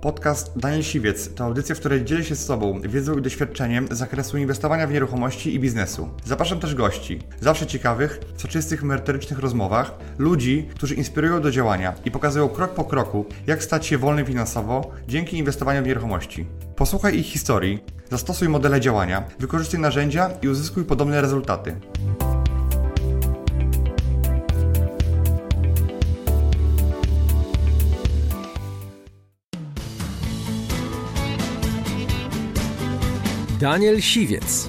Podcast Daniel Siwiec to audycja, w której dzielę się z Tobą wiedzą i doświadczeniem z zakresu inwestowania w nieruchomości i biznesu. Zapraszam też gości, zawsze ciekawych, w soczystych, merytorycznych rozmowach, ludzi, którzy inspirują do działania i pokazują krok po kroku, jak stać się wolnym finansowo dzięki inwestowaniu w nieruchomości. Posłuchaj ich historii, zastosuj modele działania, wykorzystuj narzędzia i uzyskuj podobne rezultaty. Daniel Siwiec.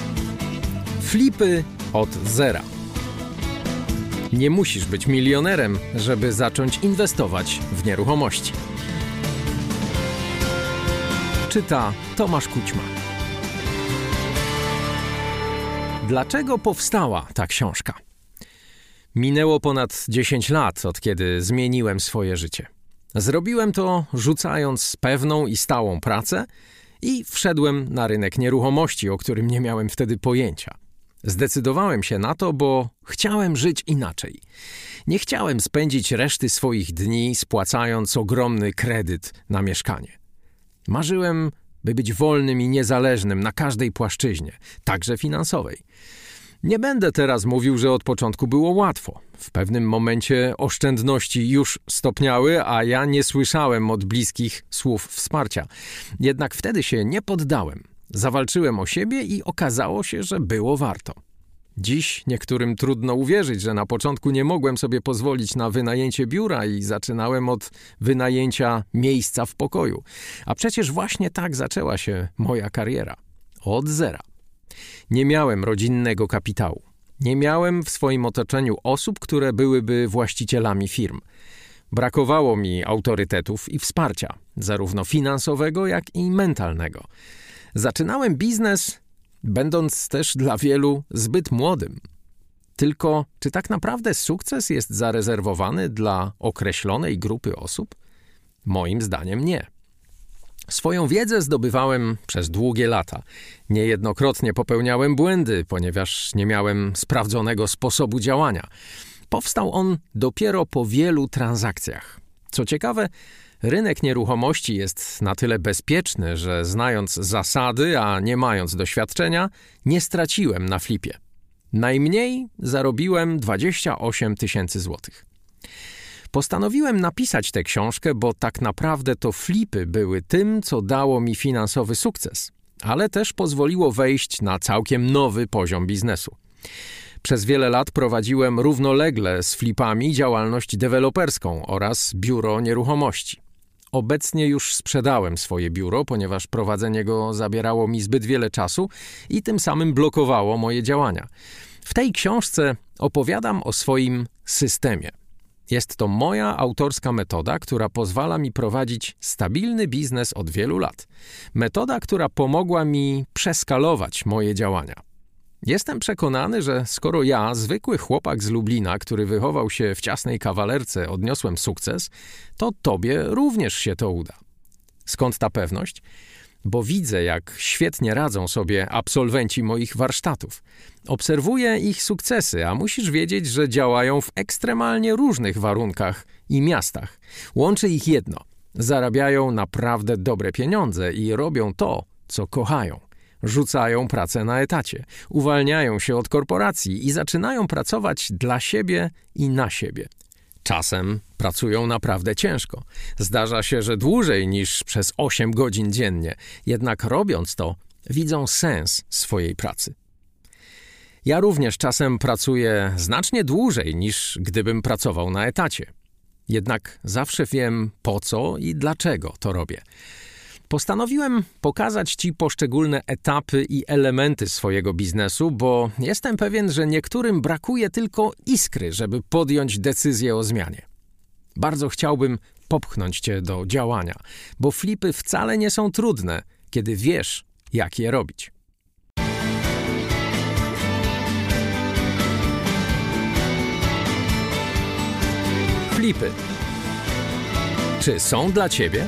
Flipy od zera. Nie musisz być milionerem, żeby zacząć inwestować w nieruchomości. Czyta Tomasz Kućma. Dlaczego powstała ta książka? Minęło ponad 10 lat, od kiedy zmieniłem swoje życie. Zrobiłem to rzucając pewną i stałą pracę i wszedłem na rynek nieruchomości, o którym nie miałem wtedy pojęcia. Zdecydowałem się na to, bo chciałem żyć inaczej. Nie chciałem spędzić reszty swoich dni spłacając ogromny kredyt na mieszkanie. Marzyłem, by być wolnym i niezależnym na każdej płaszczyźnie, także finansowej. Nie będę teraz mówił, że od początku było łatwo. W pewnym momencie oszczędności już stopniały, a ja nie słyszałem od bliskich słów wsparcia. Jednak wtedy się nie poddałem. Zawalczyłem o siebie i okazało się, że było warto. Dziś niektórym trudno uwierzyć, że na początku nie mogłem sobie pozwolić na wynajęcie biura i zaczynałem od wynajęcia miejsca w pokoju. A przecież właśnie tak zaczęła się moja kariera. Od zera. Nie miałem rodzinnego kapitału. Nie miałem w swoim otoczeniu osób, które byłyby właścicielami firm. Brakowało mi autorytetów i wsparcia, zarówno finansowego, jak i mentalnego. Zaczynałem biznes, będąc też dla wielu zbyt młodym. Tylko czy tak naprawdę sukces jest zarezerwowany dla określonej grupy osób? Moim zdaniem nie. Swoją wiedzę zdobywałem przez długie lata. Niejednokrotnie popełniałem błędy, ponieważ nie miałem sprawdzonego sposobu działania. Powstał on dopiero po wielu transakcjach. Co ciekawe, rynek nieruchomości jest na tyle bezpieczny, że znając zasady, a nie mając doświadczenia, nie straciłem na flipie. Najmniej zarobiłem 28 000 złotych. Postanowiłem napisać tę książkę, bo tak naprawdę to flipy były tym, co dało mi finansowy sukces, ale też pozwoliło wejść na całkiem nowy poziom biznesu. Przez wiele lat prowadziłem równolegle z flipami działalność deweloperską oraz biuro nieruchomości. Obecnie już sprzedałem swoje biuro, ponieważ prowadzenie go zabierało mi zbyt wiele czasu i tym samym blokowało moje działania. W tej książce opowiadam o swoim systemie. Jest to moja autorska metoda, która pozwala mi prowadzić stabilny biznes od wielu lat. Metoda, która pomogła mi przeskalować moje działania. Jestem przekonany, że skoro ja, zwykły chłopak z Lublina, który wychował się w ciasnej kawalerce, odniosłem sukces, to tobie również się to uda. Skąd ta pewność? Bo widzę, jak świetnie radzą sobie absolwenci moich warsztatów. Obserwuję ich sukcesy, a musisz wiedzieć, że działają w ekstremalnie różnych warunkach i miastach. Łączy ich jedno. Zarabiają naprawdę dobre pieniądze i robią to, co kochają. Rzucają pracę na etacie, uwalniają się od korporacji i zaczynają pracować dla siebie i na siebie. Czasem pracują naprawdę ciężko. Zdarza się, że dłużej niż przez 8 godzin dziennie. Jednak robiąc to, widzą sens swojej pracy. Ja również czasem pracuję znacznie dłużej niż gdybym pracował na etacie. Jednak zawsze wiem po co i dlaczego to robię. Postanowiłem pokazać Ci poszczególne etapy i elementy swojego biznesu, bo jestem pewien, że niektórym brakuje tylko iskry, żeby podjąć decyzję o zmianie. Bardzo chciałbym popchnąć Cię do działania, bo flipy wcale nie są trudne, kiedy wiesz, jak je robić. Flipy. Czy są dla Ciebie?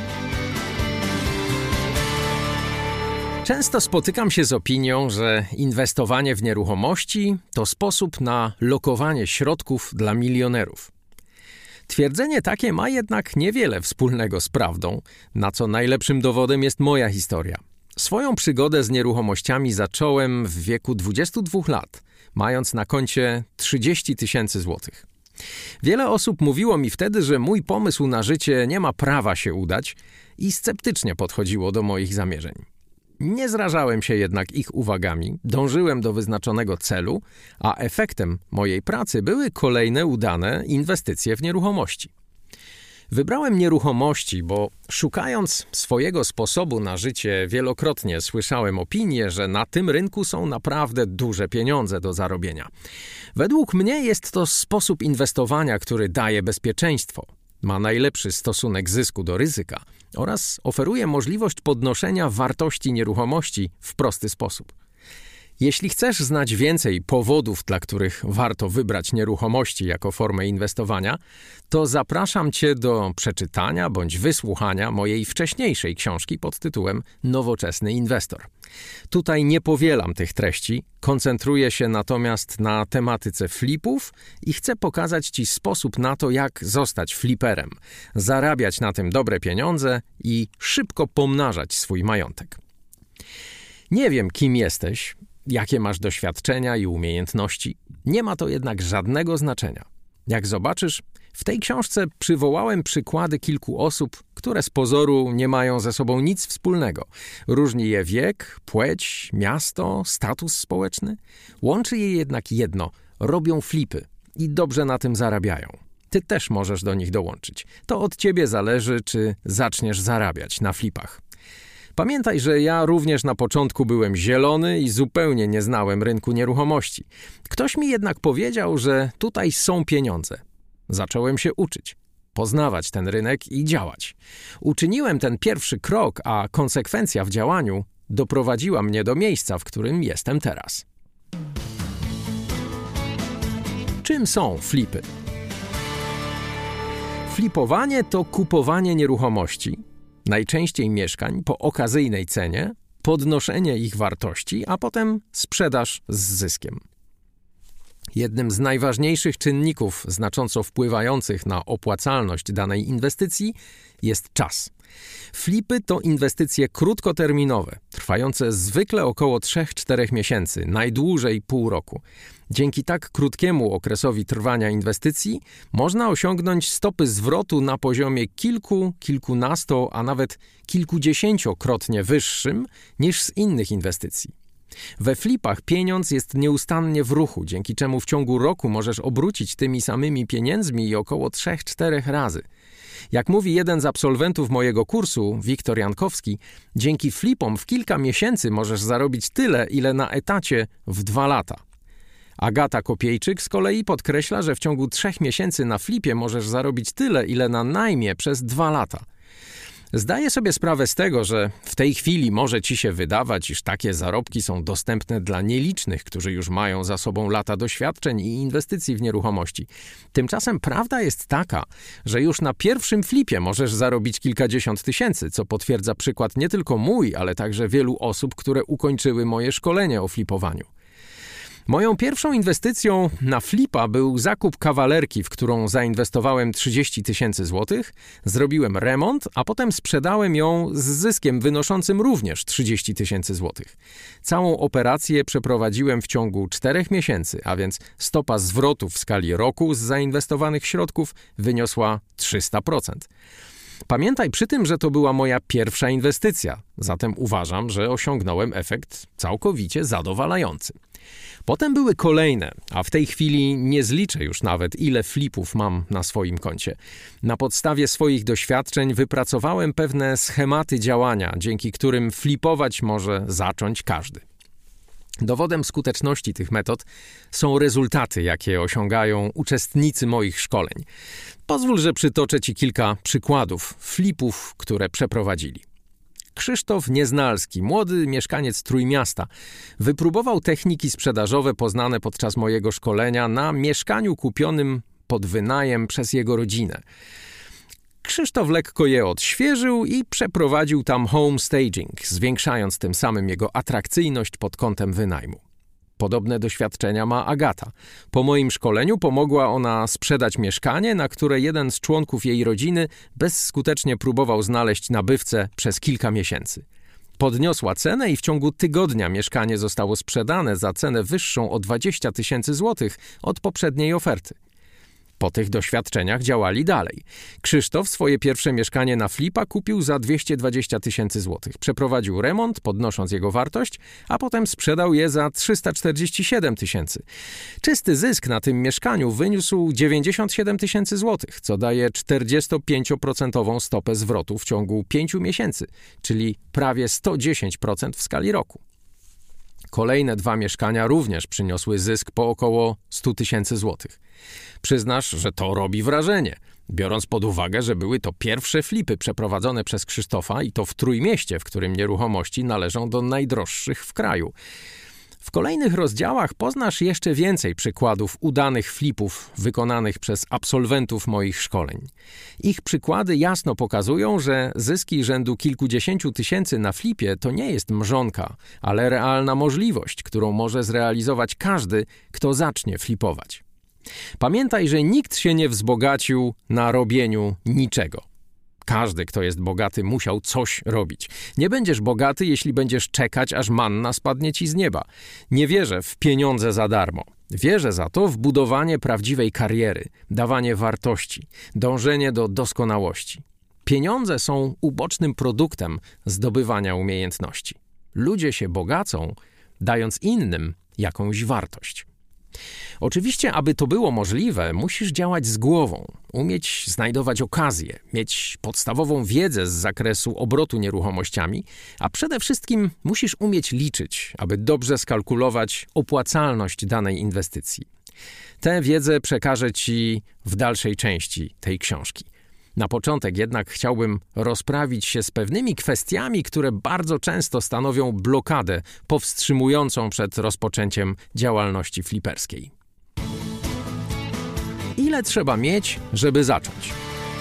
Często spotykam się z opinią, że inwestowanie w nieruchomości to sposób na lokowanie środków dla milionerów. Twierdzenie takie ma jednak niewiele wspólnego z prawdą, na co najlepszym dowodem jest moja historia. Swoją przygodę z nieruchomościami zacząłem w wieku 22 lat, mając na koncie 30 000 złotych. Wiele osób mówiło mi wtedy, że mój pomysł na życie nie ma prawa się udać i sceptycznie podchodziło do moich zamierzeń. Nie zrażałem się jednak ich uwagami, dążyłem do wyznaczonego celu, a efektem mojej pracy były kolejne udane inwestycje w nieruchomości. Wybrałem nieruchomości, bo szukając swojego sposobu na życie wielokrotnie słyszałem opinię, że na tym rynku są naprawdę duże pieniądze do zarobienia. Według mnie jest to sposób inwestowania, który daje bezpieczeństwo, ma najlepszy stosunek zysku do ryzyka oraz oferuje możliwość podnoszenia wartości nieruchomości w prosty sposób. Jeśli chcesz znać więcej powodów, dla których warto wybrać nieruchomości jako formę inwestowania, to zapraszam Cię do przeczytania bądź wysłuchania mojej wcześniejszej książki pod tytułem Nowoczesny inwestor. Tutaj nie powielam tych treści, koncentruję się natomiast na tematyce flipów i chcę pokazać Ci sposób na to, jak zostać fliperem, zarabiać na tym dobre pieniądze i szybko pomnażać swój majątek. Nie wiem, kim jesteś, jakie masz doświadczenia i umiejętności. Nie ma to jednak żadnego znaczenia. Jak zobaczysz, w tej książce przywołałem przykłady kilku osób, które z pozoru nie mają ze sobą nic wspólnego. Różni je wiek, płeć, miasto, status społeczny. Łączy je jednak jedno – robią flipy i dobrze na tym zarabiają. Ty też możesz do nich dołączyć. To od ciebie zależy, czy zaczniesz zarabiać na flipach. Pamiętaj, że ja również na początku byłem zielony i zupełnie nie znałem rynku nieruchomości. Ktoś mi jednak powiedział, że tutaj są pieniądze. Zacząłem się uczyć, poznawać ten rynek i działać. Uczyniłem ten pierwszy krok, a konsekwencja w działaniu doprowadziła mnie do miejsca, w którym jestem teraz. Czym są flipy? Flipowanie to kupowanie nieruchomości, najczęściej mieszkań po okazyjnej cenie, podnoszenie ich wartości, a potem sprzedaż z zyskiem. Jednym z najważniejszych czynników znacząco wpływających na opłacalność danej inwestycji jest czas. Flipy to inwestycje krótkoterminowe, trwające zwykle około 3-4 miesięcy, najdłużej pół roku. Dzięki tak krótkiemu okresowi trwania inwestycji można osiągnąć stopy zwrotu na poziomie kilkunasto, a nawet kilkudziesięciokrotnie wyższym niż z innych inwestycji. We flipach pieniądz jest nieustannie w ruchu, dzięki czemu w ciągu roku możesz obrócić tymi samymi pieniędzmi i około 3-4 razy. Jak mówi jeden z absolwentów mojego kursu, Wiktor Jankowski, dzięki flipom w kilka miesięcy możesz zarobić tyle, ile na etacie w 2 lata. Agata Kopiejczyk z kolei podkreśla, że w ciągu 3 miesięcy na flipie możesz zarobić tyle, ile na najmie przez 2 lata. Zdaję sobie sprawę z tego, że w tej chwili może ci się wydawać, iż takie zarobki są dostępne dla nielicznych, którzy już mają za sobą lata doświadczeń i inwestycji w nieruchomości. Tymczasem prawda jest taka, że już na pierwszym flipie możesz zarobić kilkadziesiąt tysięcy, co potwierdza przykład nie tylko mój, ale także wielu osób, które ukończyły moje szkolenie o flipowaniu. Moją pierwszą inwestycją na flipa był zakup kawalerki, w którą zainwestowałem 30 000 złotych, zrobiłem remont, a potem sprzedałem ją z zyskiem wynoszącym również 30 000 złotych. Całą operację przeprowadziłem w ciągu 4 miesięcy, a więc stopa zwrotu w skali roku z zainwestowanych środków wyniosła 300%. Pamiętaj przy tym, że to była moja pierwsza inwestycja, zatem uważam, że osiągnąłem efekt całkowicie zadowalający. Potem były kolejne, a w tej chwili nie zliczę już nawet, ile flipów mam na swoim koncie. Na podstawie swoich doświadczeń wypracowałem pewne schematy działania, dzięki którym flipować może zacząć każdy. Dowodem skuteczności tych metod są rezultaty, jakie osiągają uczestnicy moich szkoleń. Pozwól, że przytoczę Ci kilka przykładów flipów, które przeprowadzili. Krzysztof Nieznalski, młody mieszkaniec Trójmiasta, wypróbował techniki sprzedażowe poznane podczas mojego szkolenia na mieszkaniu kupionym pod wynajem przez jego rodzinę. Krzysztof lekko je odświeżył i przeprowadził tam home staging, zwiększając tym samym jego atrakcyjność pod kątem wynajmu. Podobne doświadczenia ma Agata. Po moim szkoleniu pomogła ona sprzedać mieszkanie, na które jeden z członków jej rodziny bezskutecznie próbował znaleźć nabywcę przez kilka miesięcy. Podniosła cenę i w ciągu tygodnia mieszkanie zostało sprzedane za cenę wyższą o 20 000 złotych od poprzedniej oferty. Po tych doświadczeniach działali dalej. Krzysztof swoje pierwsze mieszkanie na flipa kupił za 220 000 złotych. Przeprowadził remont, podnosząc jego wartość, a potem sprzedał je za 347 000. Czysty zysk na tym mieszkaniu wyniósł 97 000 złotych, co daje 45% stopę zwrotu w ciągu 5 miesięcy, czyli prawie 110% w skali roku. Kolejne 2 mieszkania również przyniosły zysk po około 100 000 złotych. Przyznasz, że to robi wrażenie, biorąc pod uwagę, że były to pierwsze flipy przeprowadzone przez Krzysztofa i to w Trójmieście, w którym nieruchomości należą do najdroższych w kraju. W kolejnych rozdziałach poznasz jeszcze więcej przykładów udanych flipów wykonanych przez absolwentów moich szkoleń. Ich przykłady jasno pokazują, że zyski rzędu kilkudziesięciu tysięcy na flipie to nie jest mrzonka, ale realna możliwość, którą może zrealizować każdy, kto zacznie flipować. Pamiętaj, że nikt się nie wzbogacił na robieniu niczego. Każdy, kto jest bogaty, musiał coś robić. Nie będziesz bogaty, jeśli będziesz czekać, aż manna spadnie ci z nieba. Nie wierzę w pieniądze za darmo. Wierzę za to w budowanie prawdziwej kariery, dawanie wartości, dążenie do doskonałości. Pieniądze są ubocznym produktem zdobywania umiejętności. Ludzie się bogacą, dając innym jakąś wartość. Oczywiście, aby to było możliwe, musisz działać z głową, umieć znajdować okazje, mieć podstawową wiedzę z zakresu obrotu nieruchomościami, a przede wszystkim musisz umieć liczyć, aby dobrze skalkulować opłacalność danej inwestycji. Tę wiedzę przekażę Ci w dalszej części tej książki. Na początek jednak chciałbym rozprawić się z pewnymi kwestiami, które bardzo często stanowią blokadę powstrzymującą przed rozpoczęciem działalności fliperskiej. Ile trzeba mieć, żeby zacząć?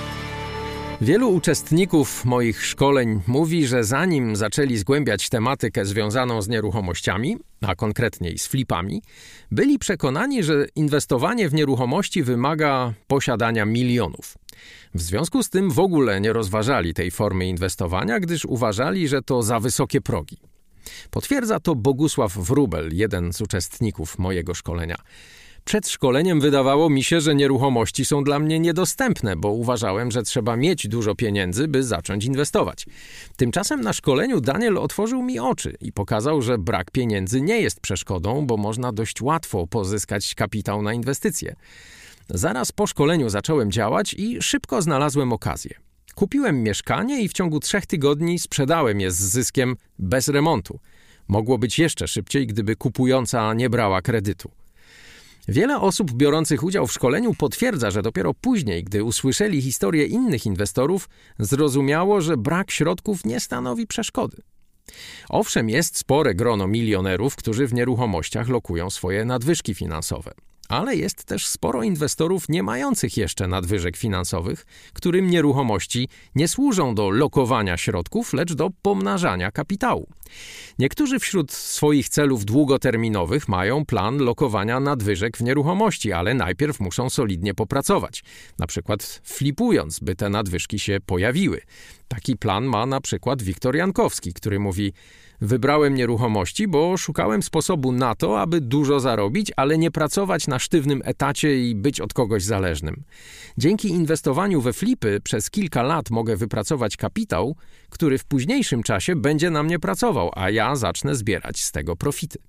Wielu uczestników moich szkoleń mówi, że zanim zaczęli zgłębiać tematykę związaną z nieruchomościami, a konkretniej z flipami, byli przekonani, że inwestowanie w nieruchomości wymaga posiadania milionów. W związku z tym w ogóle nie rozważali tej formy inwestowania, gdyż uważali, że to za wysokie progi. Potwierdza to Bogusław Wróbel, jeden z uczestników mojego szkolenia. Przed szkoleniem wydawało mi się, że nieruchomości są dla mnie niedostępne, bo uważałem, że trzeba mieć dużo pieniędzy, by zacząć inwestować. Tymczasem na szkoleniu Daniel otworzył mi oczy i pokazał, że brak pieniędzy nie jest przeszkodą, bo można dość łatwo pozyskać kapitał na inwestycje. Zaraz po szkoleniu zacząłem działać i szybko znalazłem okazję. Kupiłem mieszkanie i w ciągu 3 tygodni sprzedałem je z zyskiem bez remontu. Mogło być jeszcze szybciej, gdyby kupująca nie brała kredytu. Wiele osób biorących udział w szkoleniu potwierdza, że dopiero później, gdy usłyszeli historię innych inwestorów, zrozumiało, że brak środków nie stanowi przeszkody. Owszem, jest spore grono milionerów, którzy w nieruchomościach lokują swoje nadwyżki finansowe. Ale jest też sporo inwestorów nie mających jeszcze nadwyżek finansowych, którym nieruchomości nie służą do lokowania środków, lecz do pomnażania kapitału. Niektórzy wśród swoich celów długoterminowych mają plan lokowania nadwyżek w nieruchomości, ale najpierw muszą solidnie popracować, na przykład flipując, by te nadwyżki się pojawiły. Taki plan ma na przykład Wiktor Jankowski, który mówi: wybrałem nieruchomości, bo szukałem sposobu na to, aby dużo zarobić, ale nie pracować na sztywnym etacie i być od kogoś zależnym. Dzięki inwestowaniu we flipy przez kilka lat mogę wypracować kapitał, który w późniejszym czasie będzie na mnie pracował, a ja zacznę zbierać z tego profity.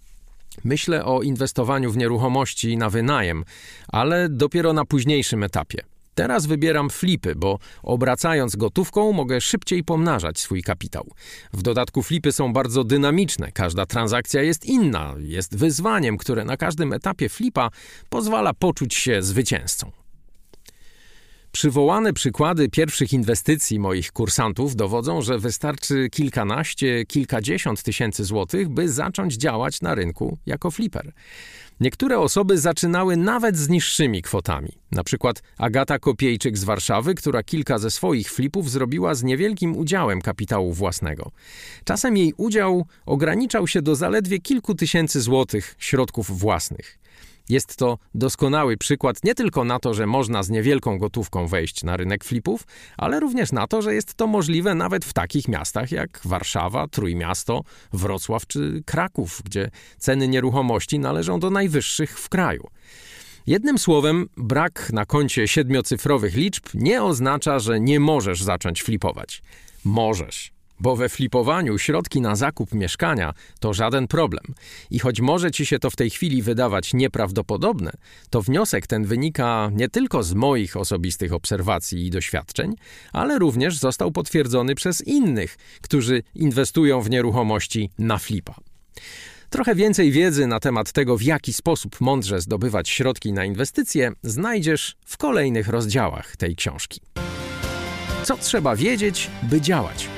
Myślę o inwestowaniu w nieruchomości na wynajem, ale dopiero na późniejszym etapie. Teraz wybieram flipy, bo obracając gotówką mogę szybciej pomnażać swój kapitał. W dodatku flipy są bardzo dynamiczne, każda transakcja jest inna, jest wyzwaniem, które na każdym etapie flipa pozwala poczuć się zwycięzcą. Przywołane przykłady pierwszych inwestycji moich kursantów dowodzą, że wystarczy kilkanaście, kilkadziesiąt tysięcy złotych, by zacząć działać na rynku jako fliper. Niektóre osoby zaczynały nawet z niższymi kwotami. Na przykład Agata Kopiejczyk z Warszawy, która kilka ze swoich flipów zrobiła z niewielkim udziałem kapitału własnego. Czasem jej udział ograniczał się do zaledwie kilku tysięcy złotych środków własnych. Jest to doskonały przykład nie tylko na to, że można z niewielką gotówką wejść na rynek flipów, ale również na to, że jest to możliwe nawet w takich miastach jak Warszawa, Trójmiasto, Wrocław czy Kraków, gdzie ceny nieruchomości należą do najwyższych w kraju. Jednym słowem, brak na koncie siedmiocyfrowych liczb nie oznacza, że nie możesz zacząć flipować. Możesz. Bo we flipowaniu środki na zakup mieszkania to żaden problem. I choć może ci się to w tej chwili wydawać nieprawdopodobne, to wniosek ten wynika nie tylko z moich osobistych obserwacji i doświadczeń, ale również został potwierdzony przez innych, którzy inwestują w nieruchomości na flipa. Trochę więcej wiedzy na temat tego, w jaki sposób mądrze zdobywać środki na inwestycje, znajdziesz w kolejnych rozdziałach tej książki. Co trzeba wiedzieć, by działać?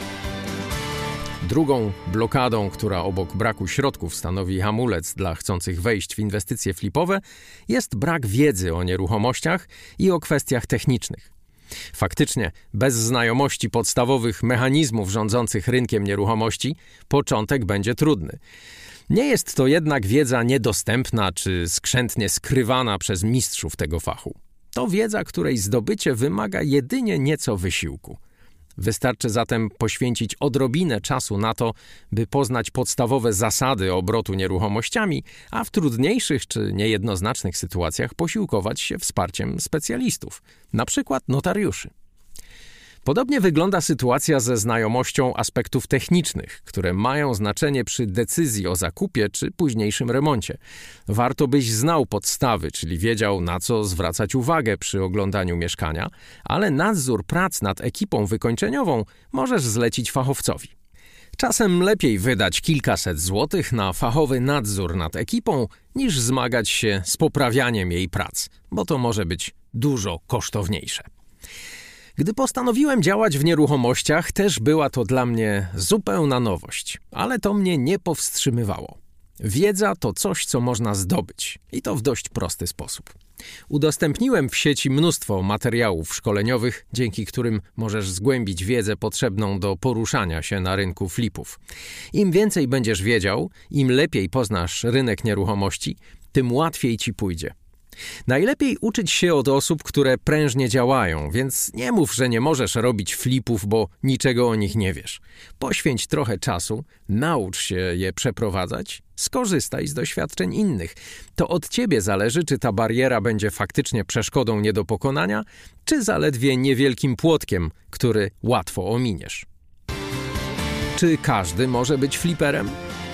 Drugą blokadą, która obok braku środków stanowi hamulec dla chcących wejść w inwestycje flipowe, jest brak wiedzy o nieruchomościach i o kwestiach technicznych. Faktycznie, bez znajomości podstawowych mechanizmów rządzących rynkiem nieruchomości, początek będzie trudny. Nie jest to jednak wiedza niedostępna czy skrzętnie skrywana przez mistrzów tego fachu. To wiedza, której zdobycie wymaga jedynie nieco wysiłku. Wystarczy zatem poświęcić odrobinę czasu na to, by poznać podstawowe zasady obrotu nieruchomościami, a w trudniejszych czy niejednoznacznych sytuacjach posiłkować się wsparciem specjalistów, na przykład notariuszy. Podobnie wygląda sytuacja ze znajomością aspektów technicznych, które mają znaczenie przy decyzji o zakupie czy późniejszym remoncie. Warto byś znał podstawy, czyli wiedział, na co zwracać uwagę przy oglądaniu mieszkania, ale nadzór prac nad ekipą wykończeniową możesz zlecić fachowcowi. Czasem lepiej wydać kilkaset złotych na fachowy nadzór nad ekipą, niż zmagać się z poprawianiem jej prac, bo to może być dużo kosztowniejsze. Gdy postanowiłem działać w nieruchomościach, też była to dla mnie zupełna nowość, ale to mnie nie powstrzymywało. Wiedza to coś, co można zdobyć i to w dość prosty sposób. Udostępniłem w sieci mnóstwo materiałów szkoleniowych, dzięki którym możesz zgłębić wiedzę potrzebną do poruszania się na rynku flipów. Im więcej będziesz wiedział, im lepiej poznasz rynek nieruchomości, tym łatwiej ci pójdzie. Najlepiej uczyć się od osób, które prężnie działają, więc nie mów, że nie możesz robić flipów, bo niczego o nich nie wiesz. Poświęć trochę czasu, naucz się je przeprowadzać, skorzystaj z doświadczeń innych. To od ciebie zależy, czy ta bariera będzie faktycznie przeszkodą nie do pokonania, czy zaledwie niewielkim płotkiem, który łatwo ominiesz. Czy każdy może być fliperem?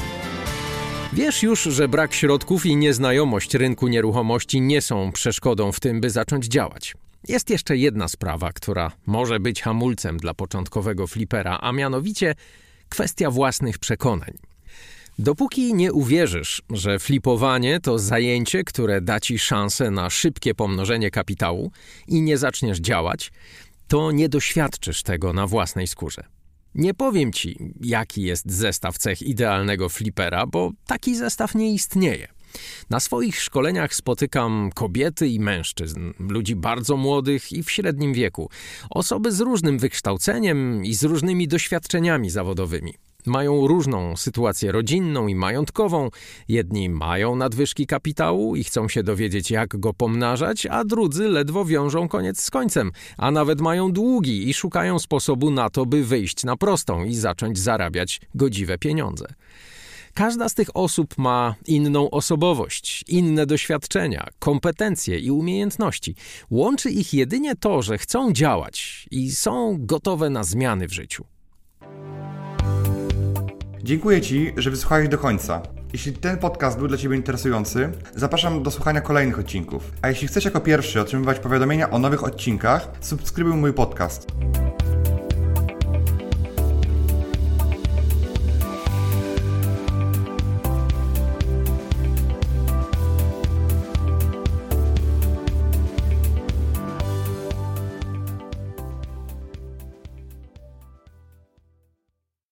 Wiesz już, że brak środków i nieznajomość rynku nieruchomości nie są przeszkodą w tym, by zacząć działać. Jest jeszcze jedna sprawa, która może być hamulcem dla początkowego flipera, a mianowicie kwestia własnych przekonań. Dopóki nie uwierzysz, że flipowanie to zajęcie, które da ci szansę na szybkie pomnożenie kapitału i nie zaczniesz działać, to nie doświadczysz tego na własnej skórze. Nie powiem ci, jaki jest zestaw cech idealnego flipera, bo taki zestaw nie istnieje. Na swoich szkoleniach spotykam kobiety i mężczyzn, ludzi bardzo młodych i w średnim wieku, osoby z różnym wykształceniem i z różnymi doświadczeniami zawodowymi. Mają różną sytuację rodzinną i majątkową. Jedni mają nadwyżki kapitału i chcą się dowiedzieć, jak go pomnażać, a drudzy ledwo wiążą koniec z końcem, a nawet mają długi i szukają sposobu na to, by wyjść na prostą i zacząć zarabiać godziwe pieniądze. Każda z tych osób ma inną osobowość, inne doświadczenia, kompetencje i umiejętności. Łączy ich jedynie to, że chcą działać i są gotowe na zmiany w życiu. Dziękuję Ci, że wysłuchałeś do końca. Jeśli ten podcast był dla Ciebie interesujący, zapraszam do słuchania kolejnych odcinków. A jeśli chcesz jako pierwszy otrzymywać powiadomienia o nowych odcinkach, subskrybuj mój podcast.